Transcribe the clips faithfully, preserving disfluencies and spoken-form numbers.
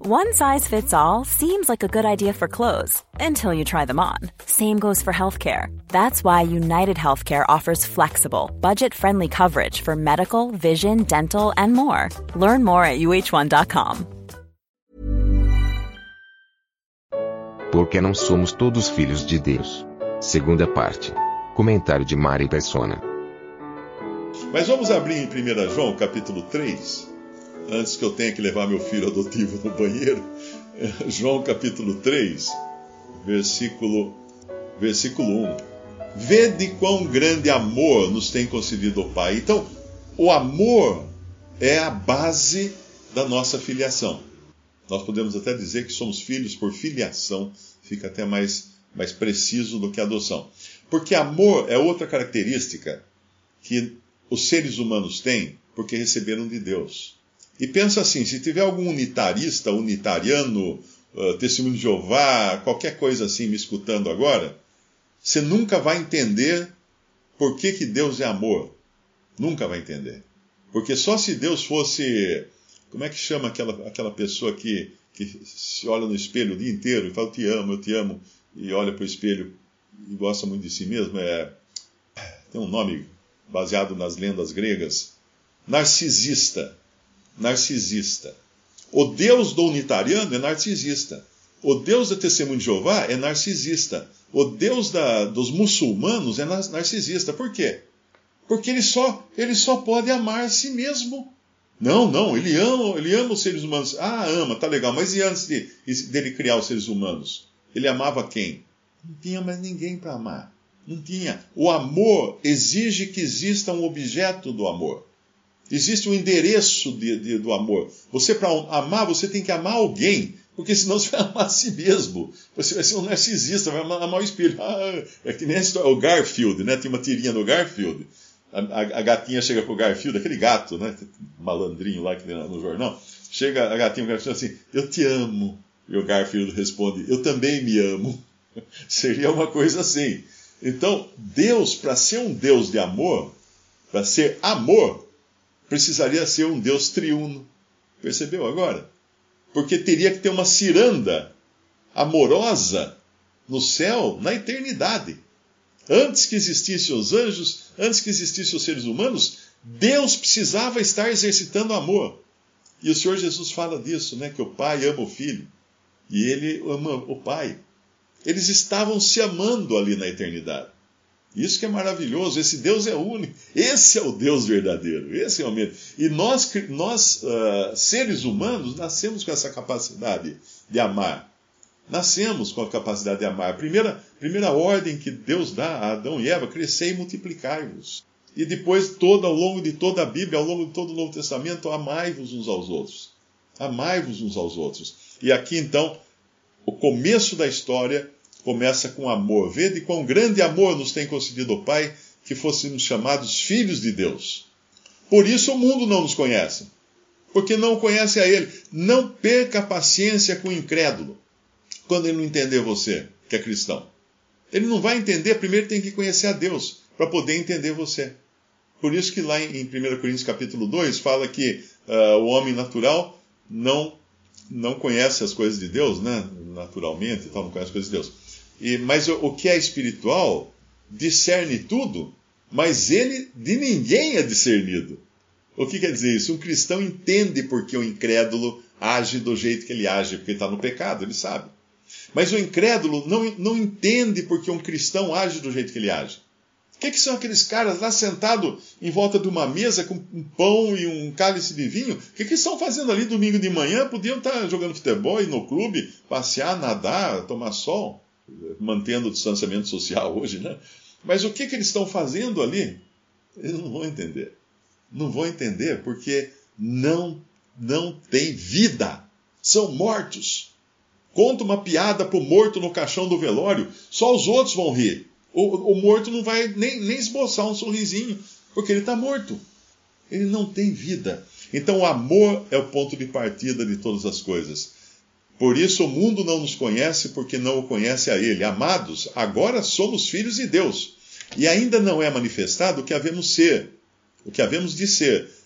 One size fits all seems like a good idea for clothes until you try them on. Same goes for healthcare. That's why United Healthcare offers flexible, budget-friendly coverage for medical, vision, dental, and more. Learn more at U H one dot com. Porque não somos todos filhos de Deus. Segunda parte. Comentário de Mari Persona. Mas vamos abrir em primeiro João, capítulo três, antes que eu tenha que levar meu filho adotivo no banheiro. João, capítulo três, versículo, versículo um. Vede quão grande amor nos tem concedido o Pai. Então, o amor é a base da nossa filiação. Nós podemos até dizer que somos filhos por filiação, fica até mais, mais preciso do que adoção. Porque amor é outra característica que os seres humanos têm porque receberam de Deus. E pensa assim, se tiver algum unitarista, unitariano, uh, testemunho de Jeová, qualquer coisa assim me escutando agora, você nunca vai entender por que, que Deus é amor. Nunca vai entender. Porque só se Deus fosse... Como é que chama aquela, aquela pessoa que, que se olha no espelho o dia inteiro e fala, eu te amo, eu te amo, e olha para o espelho e gosta muito de si mesmo? É, tem um nome baseado nas lendas gregas. Narcisista. Narcisista. O Deus do unitariano é narcisista. O Deus da Testemunho de Jeová é narcisista. O Deus da, dos muçulmanos é narcisista. Por quê? Porque ele só, ele só pode amar a si mesmo. Não, não, ele ama, ele ama os seres humanos. Ah, ama, tá legal. Mas e antes de, dele criar os seres humanos? Ele amava quem? Não tinha mais ninguém para amar. Não tinha. O amor exige que exista um objeto do amor. Existe um endereço de, de, do amor. Você, para amar, você tem que amar alguém, porque senão você vai amar a si mesmo. Você vai ser um narcisista, vai amar, amar o espelho. Ah, é que nem a história, o Garfield, né? Tem uma tirinha no Garfield. A, a, a gatinha chega pro Garfield, aquele gato, né? Malandrinho lá que tem no jornal. Chega a gatinha pro Garfield assim, eu te amo. E o Garfield responde, eu também me amo. Seria uma coisa assim. Então, Deus, para ser um Deus de amor, para ser amor, precisaria ser um Deus triuno. Percebeu agora? Porque teria que ter uma ciranda amorosa no céu, na eternidade. Antes que existissem os anjos, antes que existissem os seres humanos, Deus precisava estar exercitando amor. E o Senhor Jesus fala disso, né? Que o Pai ama o Filho. E Ele ama o Pai. Eles estavam se amando ali na eternidade. Isso que é maravilhoso. Esse Deus é único. Esse é o Deus verdadeiro. Esse é o mesmo. E nós, nós uh, seres humanos, nascemos com essa capacidade de amar. Nascemos com a capacidade de amar. A primeira, primeira ordem que Deus dá a Adão e Eva, crescei e multiplicai-vos. E depois, todo, ao longo de toda a Bíblia, ao longo de todo o Novo Testamento, amai-vos uns aos outros. Amai-vos uns aos outros. E aqui, então, o começo da história começa com amor. Vede quão grande amor nos tem concedido o Pai, que fôssemos chamados filhos de Deus. Por isso o mundo não nos conhece. Porque não conhece a Ele. Não perca a paciência com o incrédulo quando ele não entender você, que é cristão. Ele não vai entender, primeiro tem que conhecer a Deus, para poder entender você. Por isso que lá em primeira Coríntios capítulo dois, fala que uh, o homem natural não, não conhece as coisas de Deus, né? Naturalmente, então não conhece as coisas de Deus. E, mas o, o que é espiritual discerne tudo, mas ele de ninguém é discernido. O que quer dizer isso? Um cristão entende porque o incrédulo age do jeito que ele age, porque está no pecado, ele sabe. Mas o incrédulo não, não entende porque um cristão age do jeito que ele age. O que, que são aqueles caras lá sentados em volta de uma mesa com um pão e um cálice de vinho? O que, que estão fazendo ali domingo de manhã? Podiam estar jogando futebol, ir no clube, passear, nadar, tomar sol, mantendo o distanciamento social hoje, né? Mas o que, que eles estão fazendo ali? Eles não vão entender. Não vão entender porque não, não tem vida. São mortos. Conta uma piada pro morto no caixão do velório, só os outros vão rir. O, o morto não vai nem, nem esboçar um sorrisinho, porque ele está morto. Ele não tem vida. Então o amor é o ponto de partida de todas as coisas. Por isso o mundo não nos conhece, porque não o conhece a Ele. Amados, agora somos filhos de Deus. E ainda não é manifestado o que havemos ser, o que havemos de ser.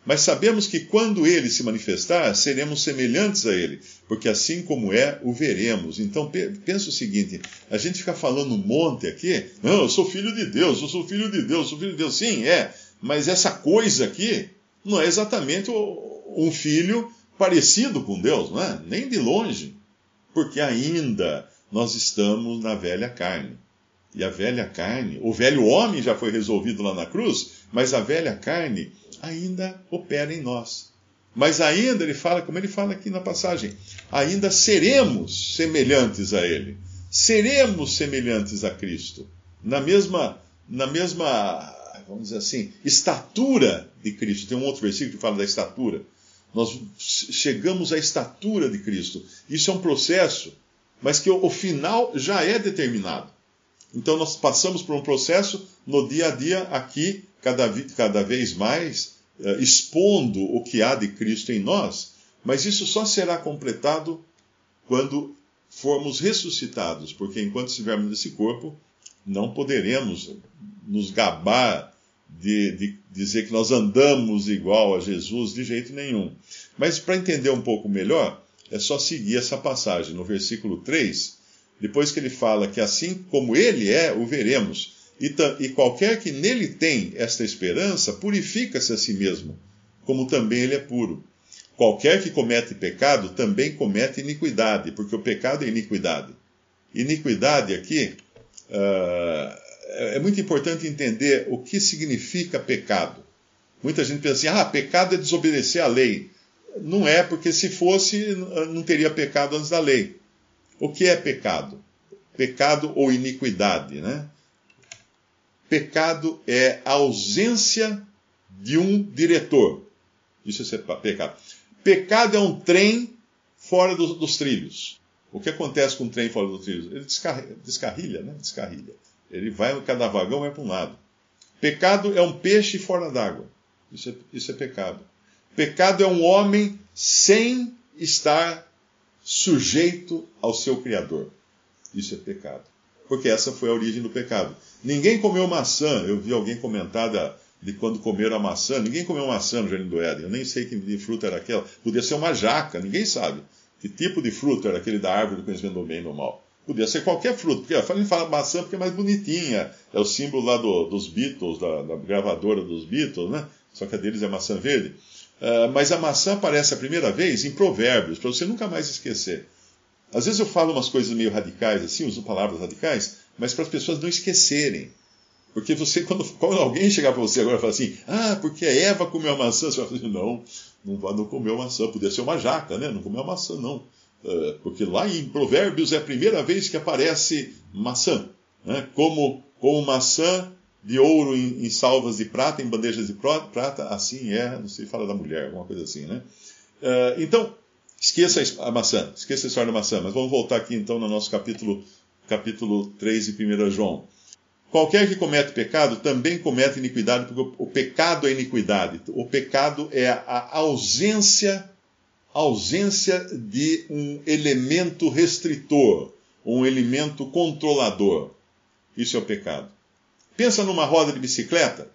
Mas sabemos que quando ele se manifestar, seremos semelhantes a ele, porque assim como é, o veremos. Então pensa o seguinte, a gente fica falando um monte aqui, não, eu sou filho de Deus, eu sou filho de Deus, eu sou filho de Deus. Sim, é, mas essa coisa aqui não é exatamente um filho parecido com Deus, não é? Nem de longe, porque ainda nós estamos na velha carne. E a velha carne, o velho homem já foi resolvido lá na cruz, mas a velha carne ainda opera em nós. Mas ainda, ele fala, como ele fala aqui na passagem, ainda seremos semelhantes a ele. Seremos semelhantes a Cristo. Na mesma, na mesma, vamos dizer assim, estatura de Cristo. Tem um outro versículo que fala da estatura. Nós chegamos à estatura de Cristo. Isso é um processo, mas que o, o final já é determinado. Então nós passamos por um processo no dia a dia aqui, cada, cada vez mais, uh, expondo o que há de Cristo em nós, mas isso só será completado quando formos ressuscitados, porque enquanto estivermos nesse corpo, não poderemos nos gabar de, de dizer que nós andamos igual a Jesus de jeito nenhum. Mas para entender um pouco melhor, é só seguir essa passagem. No versículo três, depois que ele fala que assim como ele é, o veremos. E, e qualquer que nele tem esta esperança, purifica-se a si mesmo, como também ele é puro. Qualquer que comete pecado, também comete iniquidade, porque o pecado é iniquidade. Iniquidade aqui, uh, é muito importante entender o que significa pecado. Muita gente pensa assim, ah, pecado é desobedecer à lei. Não é, porque se fosse, não teria pecado antes da lei. O que é pecado? Pecado ou iniquidade, né? Pecado é a ausência de um diretor. Isso é pecado. Pecado é um trem fora do, dos trilhos. O que acontece com um trem fora dos trilhos? Ele descarrilha, descarrilha, né? Descarrilha. Ele vai, cada vagão vai para um lado. Pecado é um peixe fora d'água. Isso é, isso é pecado. Pecado é um homem sem estar sujeito ao seu Criador. Isso é pecado. Porque essa foi a origem do pecado. Ninguém comeu maçã. Eu vi alguém comentar da, de quando comeram a maçã. Ninguém comeu maçã no Jardim do Éden. Eu nem sei que de fruta era aquela. Podia ser uma jaca. Ninguém sabe que tipo de fruta era aquele da árvore do conhecimento do bem e do mal. Podia ser qualquer fruta. Porque a gente fala maçã porque é mais bonitinha. É o símbolo lá do, dos Beatles, da, da gravadora dos Beatles, né? Só que a deles é maçã verde. Uh, mas a maçã aparece a primeira vez em Provérbios, para você nunca mais esquecer. Às vezes eu falo umas coisas meio radicais, assim, uso palavras radicais, mas para as pessoas não esquecerem. Porque você, quando, quando alguém chegar para você agora e falar assim, ah, porque a Eva comeu a maçã, você vai falar assim, não, não, não comeu maçã, podia ser uma jaca, né? Não comeu a maçã, não. Uh, porque lá em Provérbios é a primeira vez que aparece maçã, né? Como, como maçã de ouro em, em salvas de prata, em bandejas de prata, assim é, não sei, fala da mulher, alguma coisa assim, né? Uh, então, esqueça a maçã, esqueça a história da maçã, mas vamos voltar aqui então no nosso capítulo, capítulo três de primeiro João. Qualquer que comete pecado também comete iniquidade, porque o pecado é iniquidade. O pecado é a ausência, a ausência de um elemento restritor, um elemento controlador. Isso é o pecado. Pensa numa roda de bicicleta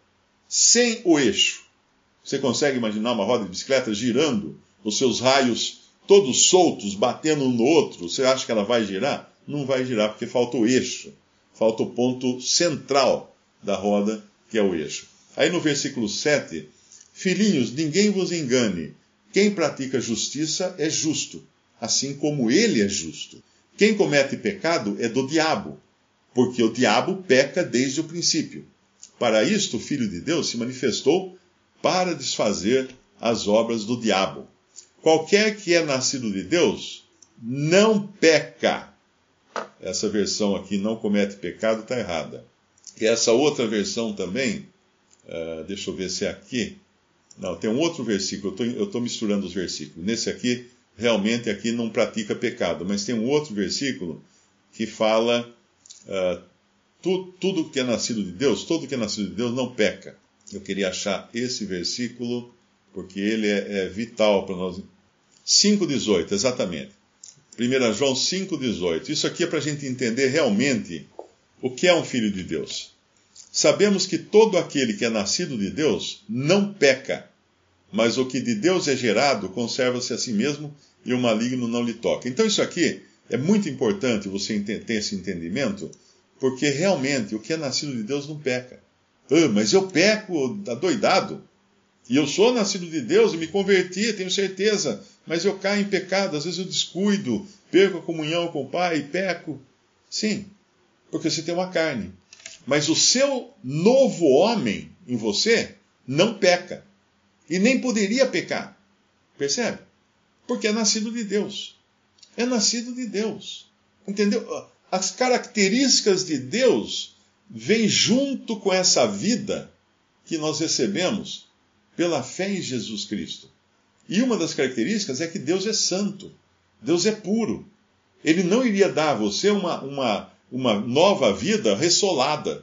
sem o eixo. Você consegue imaginar uma roda de bicicleta girando, os seus raios todos soltos, batendo um no outro? Você acha que ela vai girar? Não vai girar, porque falta o eixo. Falta o ponto central da roda, que é o eixo. Aí no versículo sete, filhinhos, ninguém vos engane. Quem pratica justiça é justo, assim como ele é justo. Quem comete pecado é do diabo, porque o diabo peca desde o princípio. Para isto, o Filho de Deus se manifestou para desfazer as obras do diabo. Qualquer que é nascido de Deus não peca. Essa versão aqui, não comete pecado, está errada. E essa outra versão também, uh, deixa eu ver se é aqui. Não, tem um outro versículo, eu estou misturando os versículos. Nesse aqui, realmente aqui não pratica pecado, mas tem um outro versículo que fala... Uh, tu, tudo que é nascido de Deus, todo que é nascido de Deus não peca. Eu queria achar esse versículo, porque ele é, é vital para nós. cinco dezoito, exatamente. primeiro João cinco dezoito. Isso aqui é para a gente entender realmente o que é um filho de Deus. Sabemos que todo aquele que é nascido de Deus não peca, mas o que de Deus é gerado conserva-se a si mesmo e o maligno não lhe toca. Então isso aqui é muito importante você ter esse entendimento, porque realmente o que é nascido de Deus não peca. Ah, mas eu peco adoidado. E eu sou nascido de Deus e me converti, tenho certeza, mas eu caio em pecado, às vezes eu descuido, perco a comunhão com o Pai, peco. Sim, porque você tem uma carne. Mas o seu novo homem em você não peca. E nem poderia pecar. Percebe? Porque é nascido de Deus. É nascido de Deus. Entendeu? As características de Deus vêm junto com essa vida que nós recebemos pela fé em Jesus Cristo. E uma das características é que Deus é santo. Deus é puro. Ele não iria dar a você uma, uma, uma nova vida ressolada,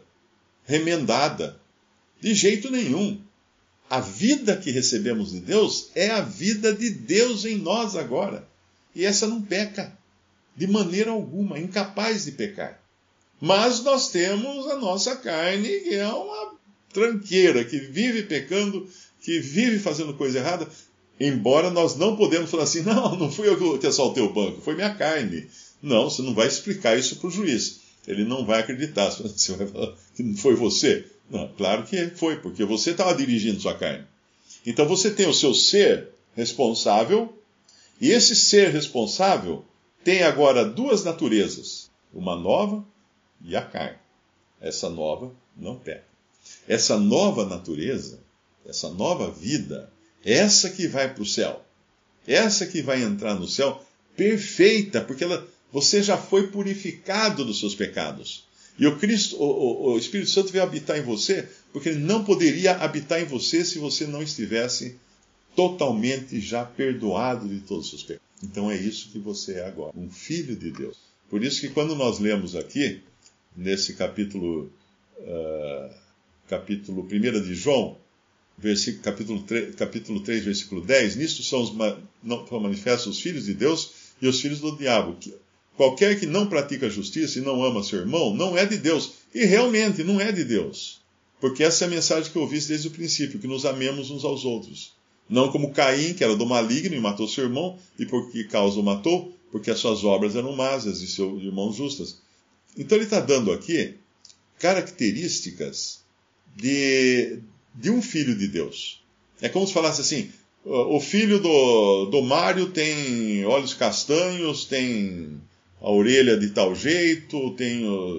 remendada. De jeito nenhum. A vida que recebemos de Deus é a vida de Deus em nós agora. E essa não peca. De maneira alguma. Incapaz de pecar. Mas nós temos a nossa carne, que é uma tranqueira, que vive pecando, que vive fazendo coisa errada. Embora nós não podemos falar assim, não, não fui eu que assaltei o banco, foi minha carne. Não, você não vai explicar isso para o juiz. Ele não vai acreditar. Você vai falar que não foi você. Não, claro que foi, porque você estava dirigindo sua carne. Então você tem o seu ser responsável, e esse ser responsável tem agora duas naturezas, uma nova e a carne. Essa nova não peca. Essa nova natureza, essa nova vida, essa que vai para o céu, essa que vai entrar no céu perfeita, porque ela, você já foi purificado dos seus pecados. E o, Cristo, o, o, o Espírito Santo veio habitar em você, porque ele não poderia habitar em você se você não estivesse totalmente já perdoado de todos os seus pecados. Então é isso que você é agora, um filho de Deus. Por isso que quando nós lemos aqui, nesse capítulo, uh, capítulo um de João, versículo, capítulo, três, capítulo três, versículo dez, nisto são, os, não, são manifestos os filhos de Deus e os filhos do diabo. Qualquer que não pratica a justiça e não ama seu irmão, não é de Deus. E realmente não é de Deus. Porque essa é a mensagem que eu ouvi desde o princípio, que nos amemos uns aos outros. Não como Caim, que era do maligno e matou seu irmão, e por que causa o matou? Porque as suas obras eram más, as de seus irmãos justas. Então ele está dando aqui características de, de um filho de Deus. É como se falasse assim, o filho do, do Mário tem olhos castanhos, tem a orelha de tal jeito, tem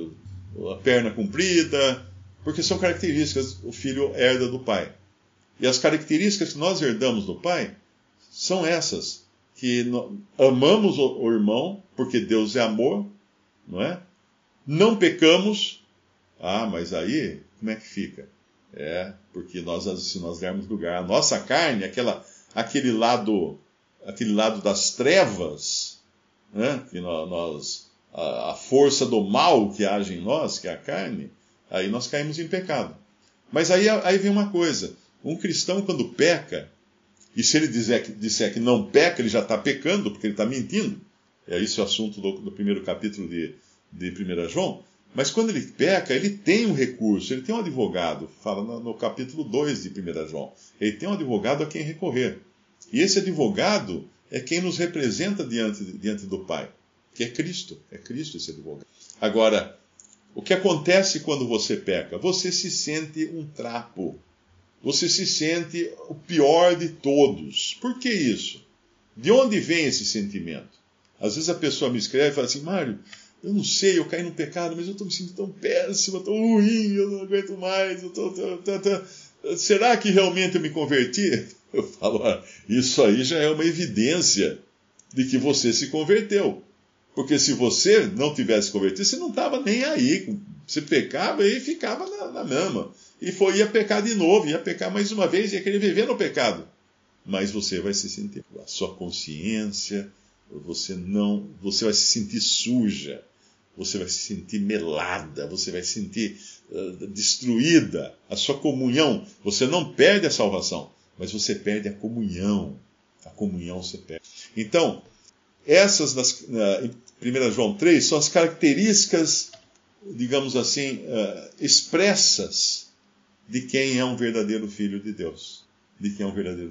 o, a perna comprida, porque são características, o filho herda do pai. E as características que nós herdamos do pai são essas, que amamos o, o irmão, porque Deus é amor, não é? Não pecamos, ah, mas aí, como é que fica? É, porque nós, se nós dermos lugar, a nossa carne, aquela, aquele lado, aquele lado das trevas, né? Que nós, a, a força do mal que age em nós, que é a carne, aí nós caímos em pecado. Mas aí, aí vem uma coisa, um cristão quando peca, e se ele disser que, disser que não peca, ele já está pecando, porque ele está mentindo. É esse o assunto do, do primeiro capítulo de, de primeiro João. Mas quando ele peca, ele tem um recurso, ele tem um advogado, fala no, no capítulo dois de primeiro João. Ele tem um advogado a quem recorrer. E esse advogado é quem nos representa diante, diante do Pai, que é Cristo. É Cristo esse advogado. Agora, o que acontece quando você peca? Você se sente um trapo. Você se sente o pior de todos. Por que isso? De onde vem esse sentimento? Às vezes a pessoa me escreve e fala assim, Mário, eu não sei, eu caí no pecado, mas eu estou me sentindo tão péssimo, tão ruim, eu não aguento mais. Eu tô, tô, tô, tô... Será que realmente eu me converti? Eu falo, ah, isso aí já é uma evidência de que você se converteu. Porque se você não tivesse convertido, você não estava nem aí. Você pecava e ficava na, na mesma. E foi, ia pecar de novo, ia pecar mais uma vez, ia querer viver no pecado. Mas você vai se sentir, a sua consciência, você não, você vai se sentir suja, você vai se sentir melada, você vai se sentir uh, destruída, a sua comunhão. Você não perde a salvação, mas você perde a comunhão. A comunhão você perde. Então, essas, nas, uh, em primeiro João três, são as características, digamos assim, uh, expressas de quem é um verdadeiro filho de Deus. De quem é um verdadeiro filho.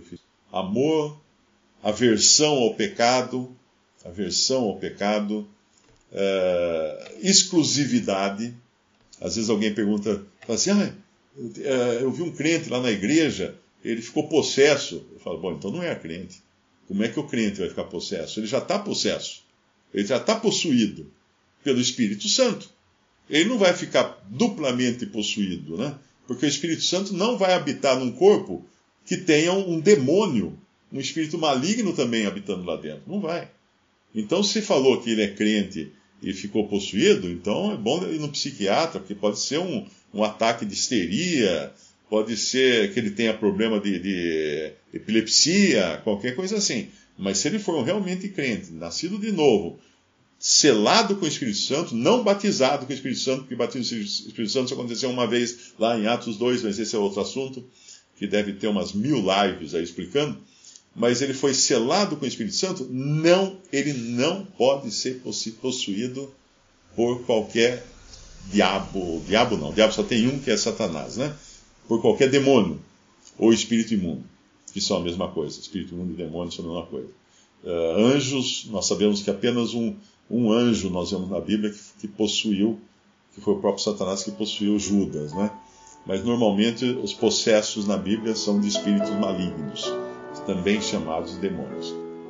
amor, aversão ao pecado, aversão ao pecado, uh, exclusividade. Às vezes alguém pergunta, fala assim, ah, eu, eu vi um crente lá na igreja, ele ficou possesso. Eu falo, bom, então não é crente. Como é que o crente vai ficar possesso? Ele já está possesso. Ele já está possuído pelo Espírito Santo. Ele não vai ficar duplamente possuído, né? Porque o Espírito Santo não vai habitar num corpo que tenha um demônio, um espírito maligno também habitando lá dentro. Não vai. Então, se falou que ele é crente e ficou possuído, então é bom ir no psiquiatra, porque pode ser um, um ataque de histeria, pode ser que ele tenha problema de, de epilepsia, qualquer coisa assim. Mas se ele for realmente crente, nascido de novo, selado com o Espírito Santo, não batizado com o Espírito Santo, porque batismo com o Espírito Santo só aconteceu uma vez lá em Atos dois, mas esse é outro assunto, que deve ter umas mil lives aí explicando. Mas ele foi selado com o Espírito Santo, não, ele não pode ser possuído por qualquer diabo. Diabo não, diabo só tem um, que é Satanás, né? Por qualquer demônio ou espírito imundo, que são a mesma coisa. Espírito imundo e demônio são a mesma coisa. Uh, anjos, nós sabemos que apenas um, um anjo, nós vemos na Bíblia, que, que possuiu, que foi o próprio Satanás que possuiu Judas, né? Mas normalmente os possessos na Bíblia são de espíritos malignos, também chamados demônios.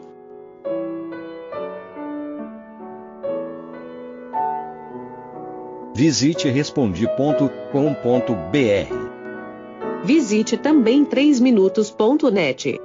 Visite respondi ponto com ponto br. Visite também três minutos ponto net.